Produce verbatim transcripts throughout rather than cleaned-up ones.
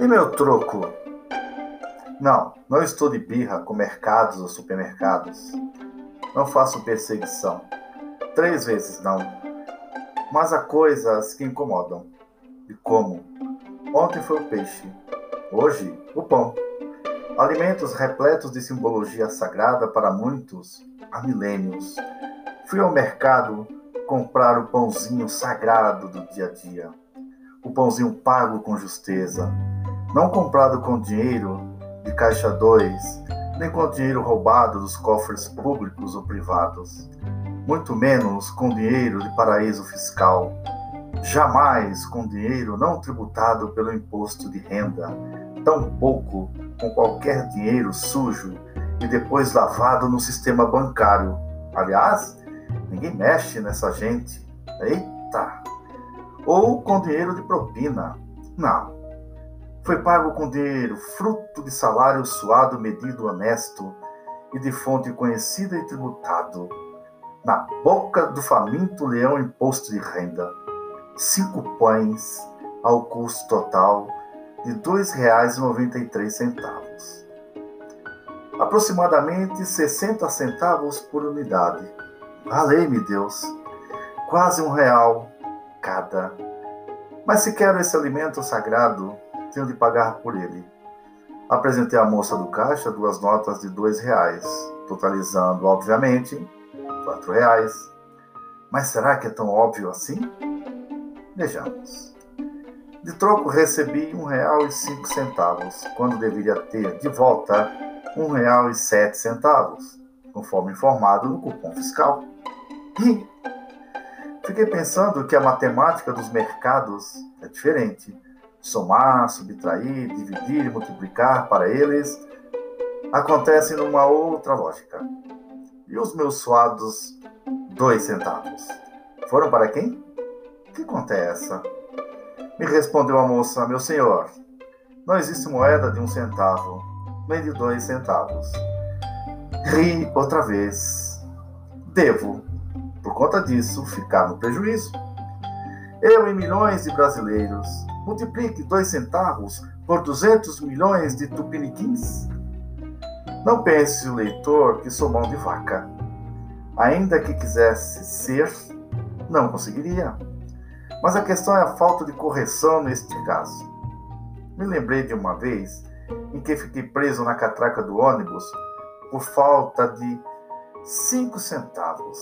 E meu troco? Não, não estou de birra com mercados ou supermercados. Não faço perseguição. Três vezes não. Mas há coisas que incomodam. E como? Ontem foi o peixe. Hoje, o pão. Alimentos repletos de simbologia sagrada para muitos há milênios. Fui ao mercado comprar o pãozinho sagrado do dia a dia. O pãozinho pago com justeza. Não comprado com dinheiro de caixa dois, nem com dinheiro roubado dos cofres públicos ou privados. Muito menos com dinheiro de paraíso fiscal. Jamais com dinheiro não tributado pelo imposto de renda. Tampouco com qualquer dinheiro sujo e depois lavado no sistema bancário. Aliás, ninguém mexe nessa gente. Eita! Ou com dinheiro de propina. Não. Foi pago com dinheiro, fruto de salário suado, medido, honesto e de fonte conhecida e tributado. Na boca do faminto leão imposto de renda. Cinco pães ao custo total de dois reais e noventa e três centavos. Aproximadamente sessenta centavos por unidade. Valei-me Deus! Quase um real cada. Mas se quero esse alimento sagrado, tenho de pagar por ele. Apresentei à moça do caixa duas notas de dois reais, totalizando, obviamente, quatro reais. Mas será que é tão óbvio assim? Vejamos. De troco recebi um real e cinco centavos, quando deveria ter de volta um real e sete centavos, conforme informado no cupom fiscal. E fiquei pensando que a matemática dos mercados é diferente. Somar, subtrair, dividir e multiplicar para eles acontece numa outra lógica. E os meus suados dois centavos? Foram para quem? Que conta é essa? Me respondeu a moça: meu senhor, não existe moeda de um centavo, nem de dois centavos. Ri outra vez. Devo, por conta disso, ficar no prejuízo. Eu e milhões de brasileiros. Multiplique dois centavos por duzentos milhões de tupiniquins. Não pense o leitor que sou mão de vaca. Ainda que quisesse ser, não conseguiria. Mas a questão é a falta de correção neste caso. Me lembrei de uma vez em que fiquei preso na catraca do ônibus por falta de cinco centavos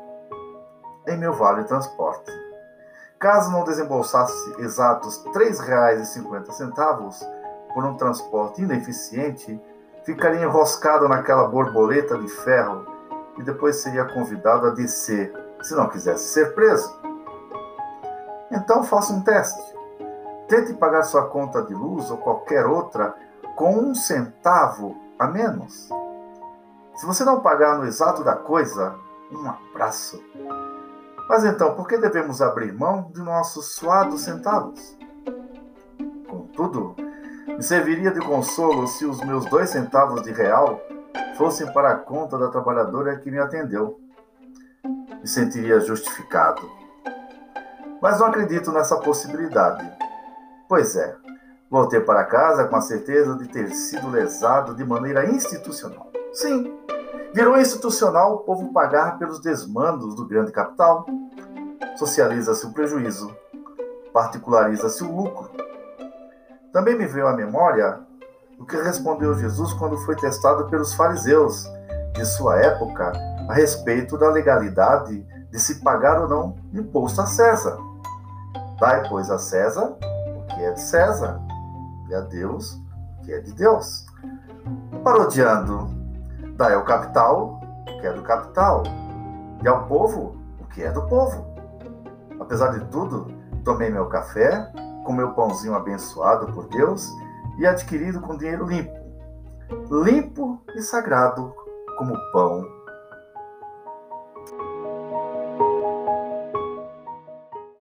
em meu vale transporte. Caso não desembolsasse exatos três reais e cinquenta centavos por um transporte ineficiente, ficaria enroscado naquela borboleta de ferro e depois seria convidado a descer, se não quisesse ser preso. Então faça um teste. Tente pagar sua conta de luz ou qualquer outra com um centavo a menos. Se você não pagar no exato da coisa, um abraço. Mas então, por que devemos abrir mão de nossos suados centavos? Contudo, me serviria de consolo se os meus dois centavos de real fossem para a conta da trabalhadora que me atendeu. Me sentiria justificado. Mas não acredito nessa possibilidade. Pois é, voltei para casa com a certeza de ter sido lesado de maneira institucional. Sim, virou institucional o povo pagar pelos desmandos do grande capital. Socializa-se o prejuízo, particulariza-se o lucro. Também me veio à memória o que respondeu Jesus quando foi testado pelos fariseus de sua época a respeito da legalidade de se pagar ou não imposto a César. Dai, pois, a César o que é de César, e a Deus o que é de Deus. Parodiando, dai ao capital o que é do capital, e ao povo o que é do povo. Apesar de tudo, tomei meu café, com meu pãozinho abençoado por Deus e adquirido com dinheiro limpo. Limpo e sagrado como o pão